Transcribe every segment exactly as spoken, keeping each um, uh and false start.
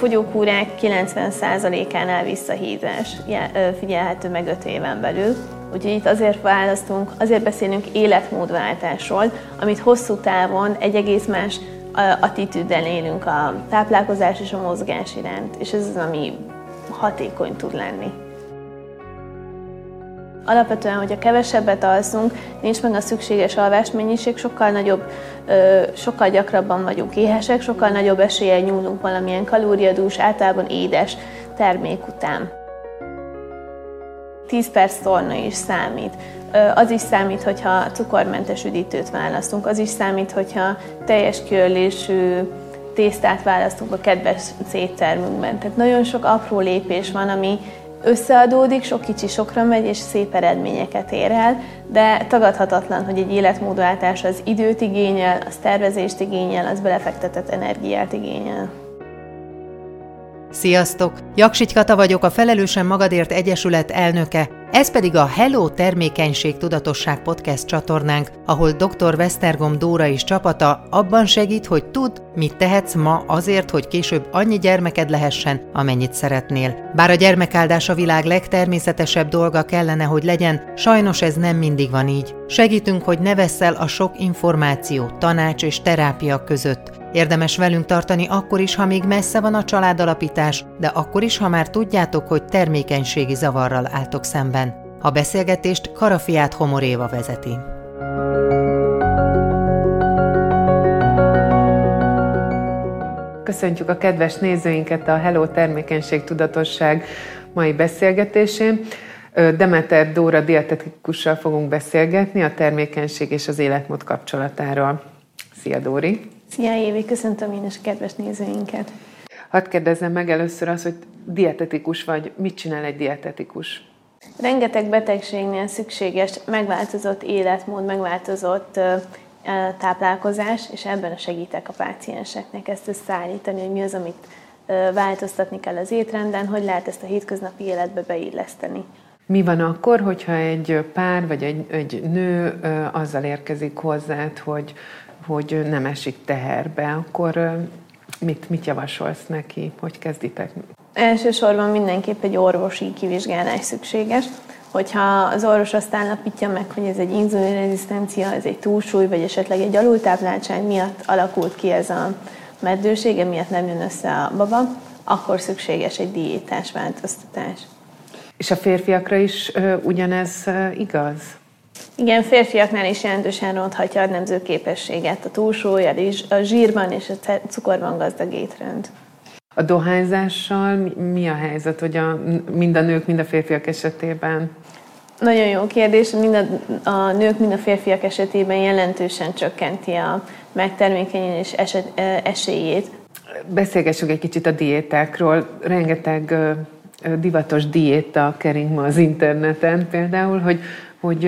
fogyókúrák kilencven százalékánál visszahízás figyelhető meg öt éven belül. Úgyhogy itt azért választunk, azért beszélünk életmódváltásról, amit hosszú távon egy egész más attitűddel élünk a táplálkozás és a mozgás iránt, és ez az, ami hatékony tud lenni. Alapvetően, hogyha kevesebbet alszunk, nincs meg a szükséges alvásmennyiség, sokkal nagyobb, sokkal gyakrabban vagyunk éhesek, sokkal nagyobb eséllyel nyúlunk valamilyen kalóriadús, általában édes termék után. tíz perc torna is számít. Az is számít, hogyha cukormentes üdítőt választunk, az is számít, hogyha teljes kiörlésű tésztát választunk a kedves éttermünkben. Tehát nagyon sok apró lépés van, ami összeadódik, sok kicsi sokra megy, és szép eredményeket ér el, de tagadhatatlan, hogy egy életmódváltás az időt igényel, az tervezést igényel, az belefektetett energiát igényel. Sziasztok! Jaksics Kata vagyok, a Felelősen Magadért Egyesület elnöke, ez pedig a Hello Termékenység Tudatosság Podcast csatornánk, ahol doktor Vesztergom Dóra és csapata abban segít, hogy tudd, mit tehetsz ma azért, hogy később annyi gyermeked lehessen, amennyit szeretnél. Bár a gyermekáldás a világ legtermészetesebb dolga kellene, hogy legyen, sajnos ez nem mindig van így. Segítünk, hogy ne vessz el a sok információ, tanács és terápia között. Érdemes velünk tartani akkor is, ha még messze van a családalapítás, de akkor is, ha már tudjátok, hogy termékenységi zavarral álltok szemben. A beszélgetést Karafiát Homor Éva vezeti. Köszöntjük a kedves nézőinket a Hello Termékenység Tudatosság mai beszélgetésén. Demeter Dóra dietetikussal fogunk beszélgetni a termékenység és az életmód kapcsolatáról. Szia, Dóri! Szia, Évi! Köszöntöm én is a kedves nézőinket! Hadd kérdezzem meg először azt, hogy dietetikus vagy. Mit csinál egy dietetikus? Rengeteg betegségnél szükséges megváltozott életmód, megváltozott táplálkozás, és ebben segítek a pácienseknek ezt összeállítani, hogy mi az, amit változtatni kell az étrenden, hogy lehet ezt a hétköznapi életbe beilleszteni. Mi van akkor, hogyha egy pár vagy egy, egy nő azzal érkezik hozzád, hogy, hogy nem esik teherbe, akkor mit, mit javasolsz neki? Hogy kezditek? Elsősorban mindenképp egy orvosi kivizsgálás szükséges. Hogyha az orvos azt állapítja meg, hogy ez egy inzulinrezisztencia, ez egy túlsúly, vagy esetleg egy alultápláltság miatt alakult ki ez a meddőség, emiatt nem jön össze a baba, akkor szükséges egy diétás változtatás. És a férfiakra is ö, ugyanez ö, igaz? Igen, férfiaknál is jelentősen ronthatja a nemzőképességet, a túlsúly, a zsírban és a cukorban gazdag étrend. A dohányzással mi a helyzet, hogy a, mind a nők, mind a férfiak esetében? Nagyon jó kérdés. Mind a, a nők, mind a férfiak esetében jelentősen csökkenti a megtermékenyülés eset, esélyét. Beszélgessünk egy kicsit a diétákról. Rengeteg divatos diéta kering ma az interneten például, hogy, hogy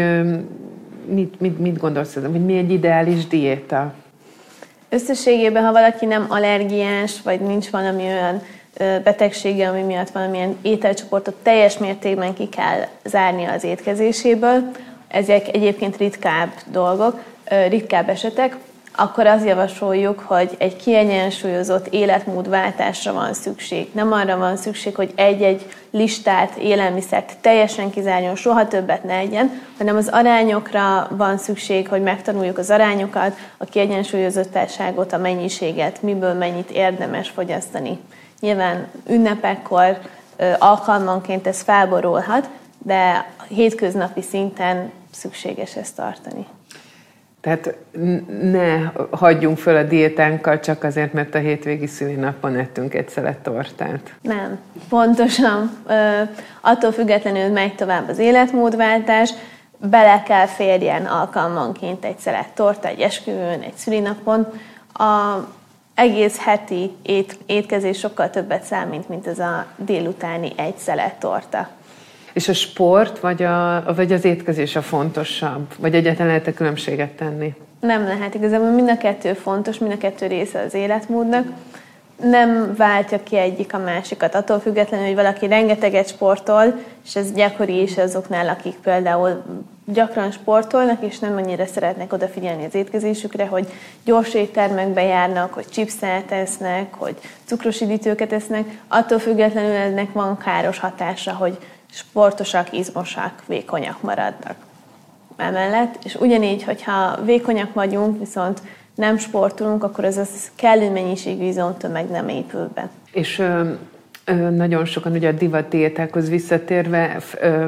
mit, mit, mit gondolsz, hogy mi egy ideális diéta? Összességében, ha valaki nem allergiás, vagy nincs valami olyan betegsége, ami miatt valamilyen ételcsoportot teljes mértékben ki kell zárnia az étkezéséből, ezek egyébként ritkább dolgok, ritkább esetek, akkor azt javasoljuk, hogy egy kiegyensúlyozott életmódváltásra van szükség. Nem arra van szükség, hogy egy-egy listát, élelmiszert teljesen kizárjon, soha többet ne egyen, hanem az arányokra van szükség, hogy megtanuljuk az arányokat, a kiegyensúlyozottságot, a mennyiséget, miből mennyit érdemes fogyasztani. Nyilván ünnepekkor, alkalmanként ez felborulhat, de hétköznapi szinten szükséges ezt tartani. Tehát ne hagyjunk föl a diétánkkal csak azért, mert a hétvégi szülinapon ettünk egy szelet tortát. Nem, pontosan. Attól függetlenül megy tovább az életmódváltás, bele kell férjen alkalmanként egy szelet torta, egy esküvőn, egy szülinapon. A egész heti ét, étkezés sokkal többet számít, mint ez a délutáni egy szelet torta. És a sport, vagy, a, vagy az étkezés a fontosabb? Vagy egyáltalán lehet-e különbséget tenni? Nem lehet. Igazából mind a kettő fontos, mind a kettő része az életmódnak. Nem váltja ki egyik a másikat. Attól függetlenül, hogy valaki rengeteget sportol, és ez gyakori is azoknál, akik például gyakran sportolnak, és nem annyira szeretnek odafigyelni az étkezésükre, hogy gyors éttermekbe járnak, hogy chipset esznek, hogy cukros üdítőket esznek, attól függetlenül ennek van káros hatása, hogy sportosak, izmosak, vékonyak maradnak emellett. És ugyanígy, hogyha vékonyak vagyunk, viszont nem sportolunk, akkor az, az kellő mennyiségű izomtömeg nem épül be. És ö, ö, nagyon sokan ugye a divat diétákhoz visszatérve ö,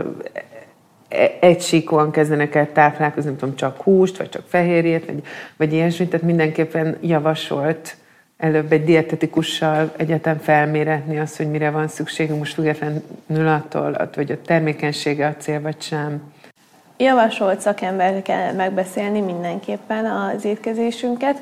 egysíkúan kezdenek el táplálkozni, nem tudom, csak húst, vagy csak fehérjét, vagy, vagy ilyesmit, tehát mindenképpen javasolt előbb egy dietetikussal egyetem felméretni azt, hogy mire van szükségünk, most függetlenül attól, hogy a termékenysége a cél, vagy sem. Javasolt szakemberrel megbeszélni mindenképpen az étkezésünket.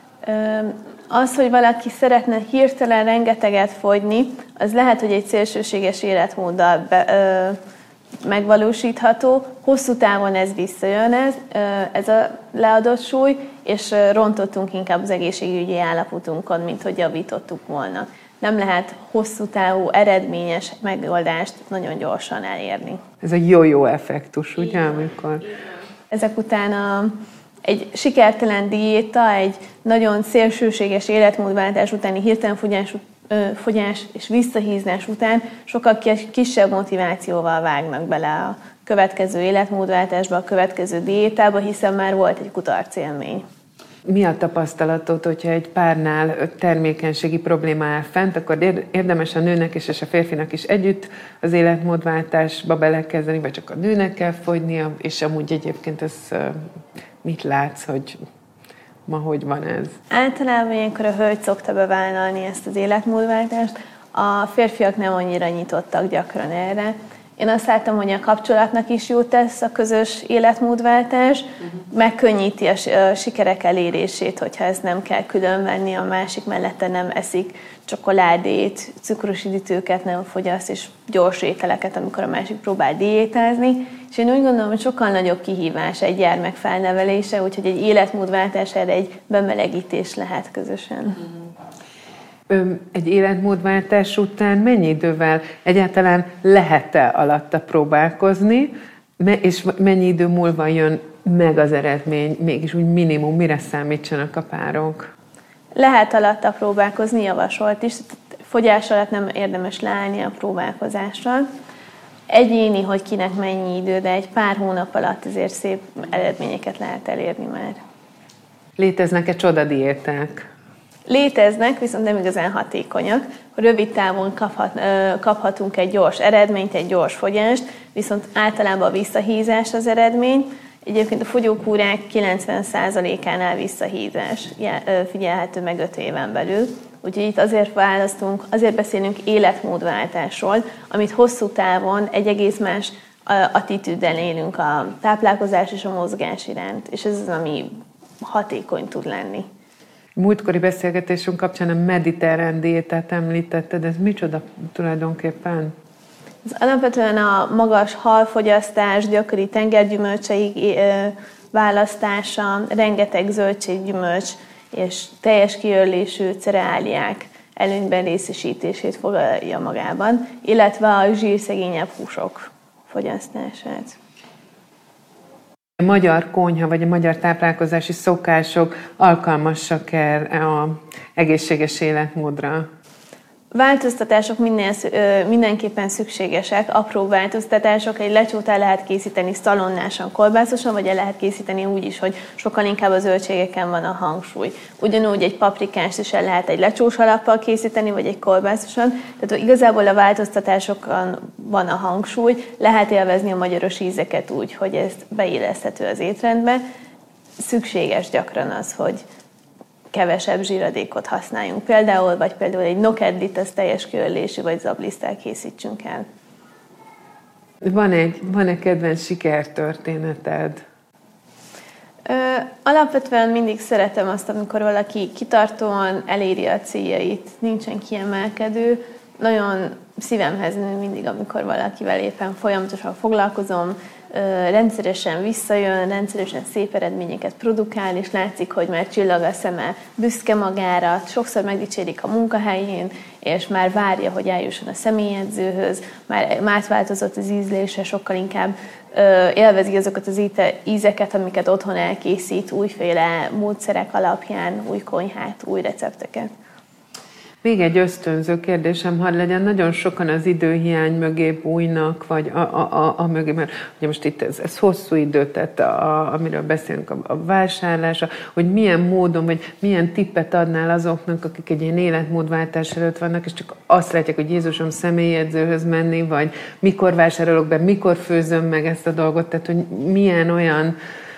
Az, hogy valaki szeretne hirtelen rengeteget fogyni, az lehet, hogy egy szélsőséges életmóddal be, ö, megvalósítható. Hosszú távon ez visszajön, ez, ez a leadott súly, és rontottunk inkább az egészségügyi állapotunkon, mint hogy javítottuk volna. Nem lehet hosszú távú, eredményes megoldást nagyon gyorsan elérni. Ez a jó-jó effektus, ugye, amikor... Ezek után a, egy sikertelen diéta, egy nagyon szélsőséges életmódváltás utáni hirtelen fogyás, fogyás és visszahízás után sokkal kisebb motivációval vágnak bele a következő életmódváltásba, a következő diétába, hiszen már volt egy kudarc élmény. Mi a tapasztalatod, hogyha egy párnál termékenységi probléma áll fent, akkor érdemes a nőnek is és a férfinak is együtt az életmódváltásba belekezdeni, vagy csak a nőnek kell fogynia, és amúgy egyébként ez mit látsz, hogy ma hogy van ez? Általában ilyenkor a hölgy szokta bevállalni ezt az életmódváltást, a férfiak nem annyira nyitottak gyakran erre. Én azt láttam, hogy a kapcsolatnak is jót tesz a közös életmódváltás, uh-huh. megkönnyíti a sikerek elérését, hogyha ezt nem kell különvenni, a másik mellette nem eszik csokoládét, cukros üdítőket nem fogyaszt, és gyors ételeket, amikor a másik próbál diétázni. És én úgy gondolom, hogy sokkal nagyobb kihívás egy gyermek felnevelése, úgyhogy egy életmódváltás erre egy bemelegítés lehet közösen. Uh-huh. Egy életmódváltás után mennyi idővel egyáltalán lehet-e alatta próbálkozni, és mennyi idő múlva jön meg az eredmény, mégis úgy minimum, mire számítsanak a párok? Lehet alatta próbálkozni, javasolt is. Fogyás alatt nem érdemes leállni a próbálkozással. Egyéni, hogy kinek mennyi idő, de egy pár hónap alatt azért szép eredményeket lehet elérni már. Léteznek-e csodadiéták? Léteznek, viszont nem igazán hatékonyak. Rövid távon kaphat, kaphatunk egy gyors eredményt, egy gyors fogyást, viszont általában a visszahízás az eredmény. Egyébként a fogyókúrák kilencven százalékánál visszahízás figyelhető meg öt éven belül. Úgyhogy itt azért választunk, azért beszélünk életmódváltásról, amit hosszú távon egy egész más attitűddel élünk a táplálkozás és a mozgás iránt. És ez az, ami hatékony tud lenni. Múltkori beszélgetésünk kapcsán a mediterrán diétát említetted, ez micsoda tulajdonképpen? Ez alapvetően a magas halfogyasztás, gyakori tengergyümölcseik választása, rengeteg zöldséggyümölcs és teljes kiörlésű cereáliák előnyben részesítését foglalja magában, illetve a zsírszegényebb húsok fogyasztását. A magyar konyha vagy a magyar táplálkozási szokások alkalmasak-e az egészséges életmódra? Változtatások minden, mindenképpen szükségesek, apró változtatások. Egy lecsót el lehet készíteni szalonnásan, kolbászosan, vagy el lehet készíteni úgy is, hogy sokkal inkább a zöldségeken van a hangsúly. Ugyanúgy egy paprikást is el lehet egy lecsós alappal készíteni, vagy egy kolbászosan. Tehát igazából a változtatásokon van a hangsúly. Lehet élvezni a magyaros ízeket úgy, hogy ez beilleszthető az étrendbe. Szükséges gyakran az, hogy kevesebb zsíradékot használjunk például, vagy például egy nokedlit, az teljes kiörlésű, vagy zabliszttel készítsünk el. Van egy, van-e kedvenc sikertörténeted? Ö, alapvetően mindig szeretem azt, amikor valaki kitartóan eléri a céljait, nincsen kiemelkedő. Nagyon szívemhez nő mindig, amikor valakivel éppen folyamatosan foglalkozom, rendszeresen visszajön, rendszeresen szép eredményeket produkál, és látszik, hogy már csillag a szeme, büszke magára, sokszor megdicsérik a munkahelyén, és már várja, hogy eljusson a személyedzőhöz, már átváltozott az ízlése, sokkal inkább élvezi azokat az ízeket, amiket otthon elkészít, újféle módszerek alapján, új konyhát, új recepteket. Még egy ösztönző kérdésem, hadd legyen, nagyon sokan az időhiány mögé bújnak, vagy a, a, a, a mögé, mert ugye most itt ez, ez hosszú idő, tehát a, amiről beszélünk, a, a vásárlása, hogy milyen módon, vagy milyen tippet adnál azoknak, akik egy ilyen életmódváltás előtt vannak, és csak azt látják, hogy Jézusom, személyedzőhöz menni, vagy mikor vásárolok be, mikor főzöm meg ezt a dolgot, tehát hogy milyen olyan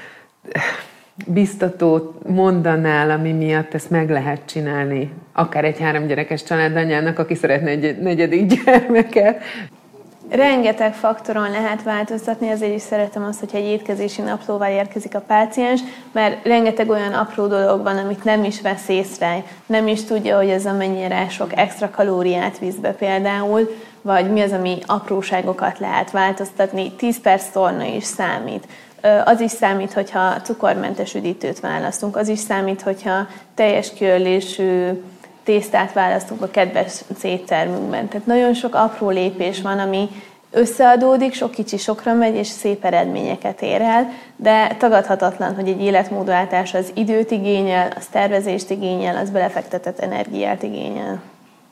biztatót mondanál, ami miatt ezt meg lehet csinálni, akár egy három gyerekes családanyának, aki szeretne egy negyedik gyermeket. Rengeteg faktoron lehet változtatni, azért is szeretem azt, hogyha egy étkezési naplóval érkezik a páciens, mert rengeteg olyan apró dolog van, amit nem is vesz észre, nem is tudja, hogy ez amennyire sok extra kalóriát visz be például, vagy mi az, ami apróságokat lehet változtatni. tíz perc torna is számít. Az is számít, hogyha cukormentes üdítőt választunk, az is számít, hogyha teljes kiörlésű tésztát választunk a kedves éttermünkben. Tehát nagyon sok apró lépés van, ami összeadódik, sok kicsi sokra megy, és szép eredményeket ér el, de tagadhatatlan, hogy egy életmódváltás az időt igényel, az tervezést igényel, az belefektetett energiát igényel.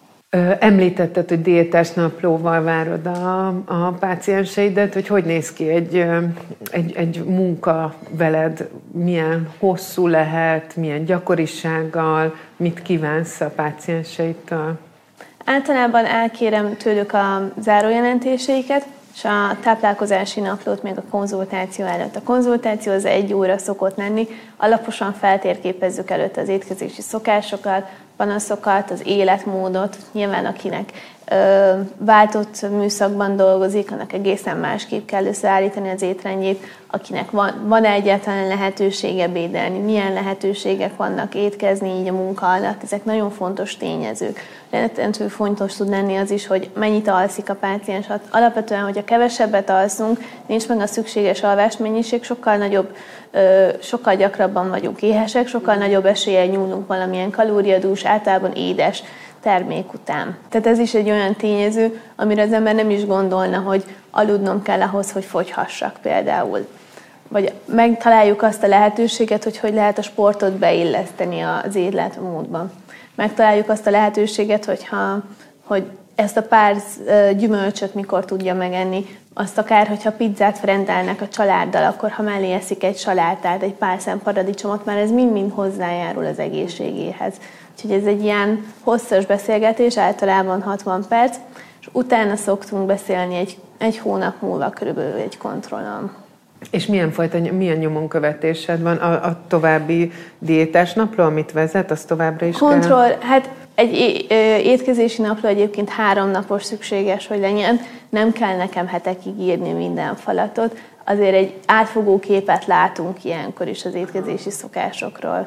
Említetted, hogy diétás naplóval várod a, a pácienseidet, hogy hogy néz ki egy, egy, egy munka veled, milyen hosszú lehet, milyen gyakorisággal, mit kívánsz a pácienseitől? Általában elkérem tőlük a zárójelentéseiket, és a táplálkozási naplót még a konzultáció előtt. A konzultáció az egy óra szokott lenni, alaposan feltérképezzük előtt az étkezési szokásokat, panaszokat, az életmódot, nyilván akinek ö, váltott műszakban dolgozik, annak egészen másképp kell összeállítani az étrendjét, akinek van, van egyáltalán lehetősége ebédelni, milyen lehetőségek vannak étkezni így a munka alatt, ezek nagyon fontos tényezők. Rendkívül fontos tud lenni az is, hogy mennyit alszik a páciens. Alapvetően, hogyha kevesebbet alszunk, nincs meg a szükséges alvásmennyiség, sokkal nagyobb, ö, sokkal gyakrabban vagyunk éhesek, sokkal nagyobb eséllyel nyúlunk valamilyen kalóriadús, általában édes termék után. Tehát ez is egy olyan tényező, amire az ember nem is gondolna, hogy aludnom kell ahhoz, hogy fogyhassak például. Vagy megtaláljuk azt a lehetőséget, hogy hogy lehet a sportot beilleszteni az életmódban. Megtaláljuk azt a lehetőséget, hogyha, hogy ezt a pár gyümölcsöt mikor tudja megenni, azt akár, hogyha pizzát rendelnek a családdal, akkor ha mellé eszik egy salátát, egy pár szem paradicsomot, már ez mind-mind hozzájárul az egészségéhez. Úgyhogy ez egy ilyen hosszas beszélgetés, általában hatvan perc, és utána szoktunk beszélni egy, egy hónap múlva körülbelül egy kontrollon. És milyen fajta, milyen nyomonkövetésed van? A, a további diétás napló, amit vezet, az továbbra is Kontroll, kell? hát egy étkezési napló egyébként három napos szükséges, hogy legyen. Nem kell nekem hetekig írni minden falatot. Azért egy átfogó képet látunk ilyenkor is az étkezési szokásokról.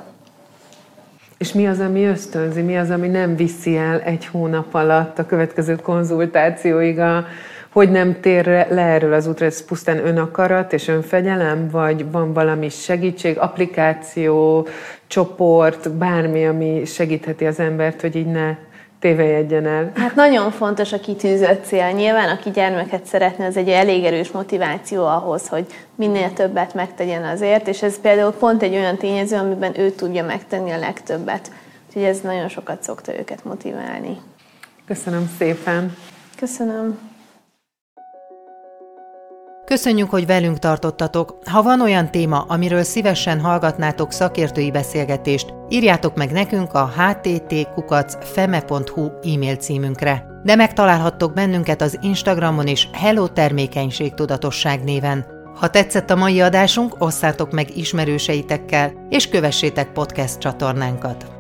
És mi az, ami ösztönzi? Mi az, ami nem viszi el egy hónap alatt a következő konzultációig a hogy nem tér le erről az útra, ez pusztán önakarat és önfegyelem, vagy van valami segítség, applikáció, csoport, bármi, ami segítheti az embert, hogy így ne tévejedjen el? Hát nagyon fontos a kitűzött cél. Nyilván, aki gyermeket szeretne, az egy elég erős motiváció ahhoz, hogy minél többet megtegyen azért, és ez például pont egy olyan tényező, amiben ő tudja megtenni a legtöbbet. Úgyhogy ez nagyon sokat szokta őket motiválni. Köszönöm szépen! Köszönöm! Köszönjük, hogy velünk tartottatok. Ha van olyan téma, amiről szívesen hallgatnátok szakértői beszélgetést, írjátok meg nekünk a h t t kukac feme pont hu e-mail címünkre. De megtalálhattok bennünket az Instagramon is Hello Termékenységtudatosság néven. Ha tetszett a mai adásunk, osszátok meg ismerőseitekkel, és kövessétek podcast csatornánkat.